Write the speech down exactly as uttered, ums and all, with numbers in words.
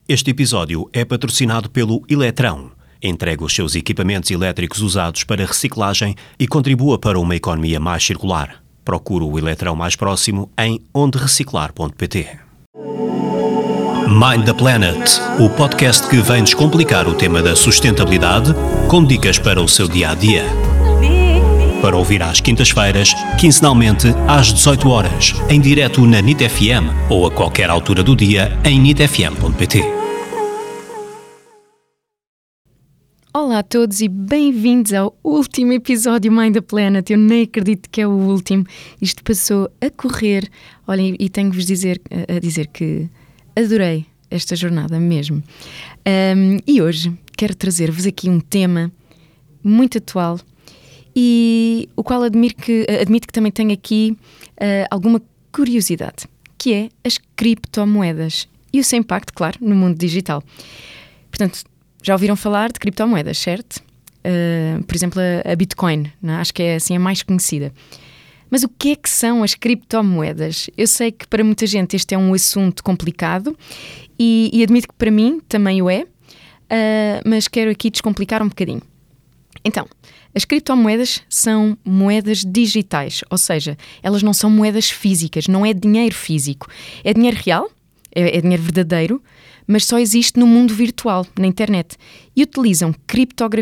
Este episódio é patrocinado pelo Eletrão. Entregue os seus equipamentos elétricos usados para reciclagem e contribua para uma economia mais circular. Procure o Eletrão mais próximo em onde reciclar ponto pt. Mind the Planet, o podcast que vem descomplicar o tema da sustentabilidade com dicas para o seu dia-a-dia. Para ouvir às quintas-feiras, quinzenalmente às dezoito horas, em direto na N I T F M ou a qualquer altura do dia em N I T F M ponto pt. Olá a todos e bem-vindos ao último episódio Mind the Planet. Eu nem acredito que é o último. Isto passou a correr. Olhem, e tenho-vos dizer, a dizer que adorei esta jornada mesmo. Um, e hoje quero trazer-vos aqui um tema muito atual e o qual admiro que, admito que também tenho aqui uh, alguma curiosidade, que é as criptomoedas e o seu impacto, claro, no mundo digital. Portanto, já ouviram falar de criptomoedas, certo? Uh, por exemplo, a, a Bitcoin, não é? Acho que é assim a mais conhecida. Mas o que é que são as criptomoedas? Eu sei que para muita gente este é um assunto complicado e, e admito que para mim também o é, uh, mas quero aqui descomplicar um bocadinho. Então, as criptomoedas são moedas digitais, ou seja, elas não são moedas físicas, não é dinheiro físico. É dinheiro real, é, é dinheiro verdadeiro, mas só existe no mundo virtual, na internet, e utilizam criptografia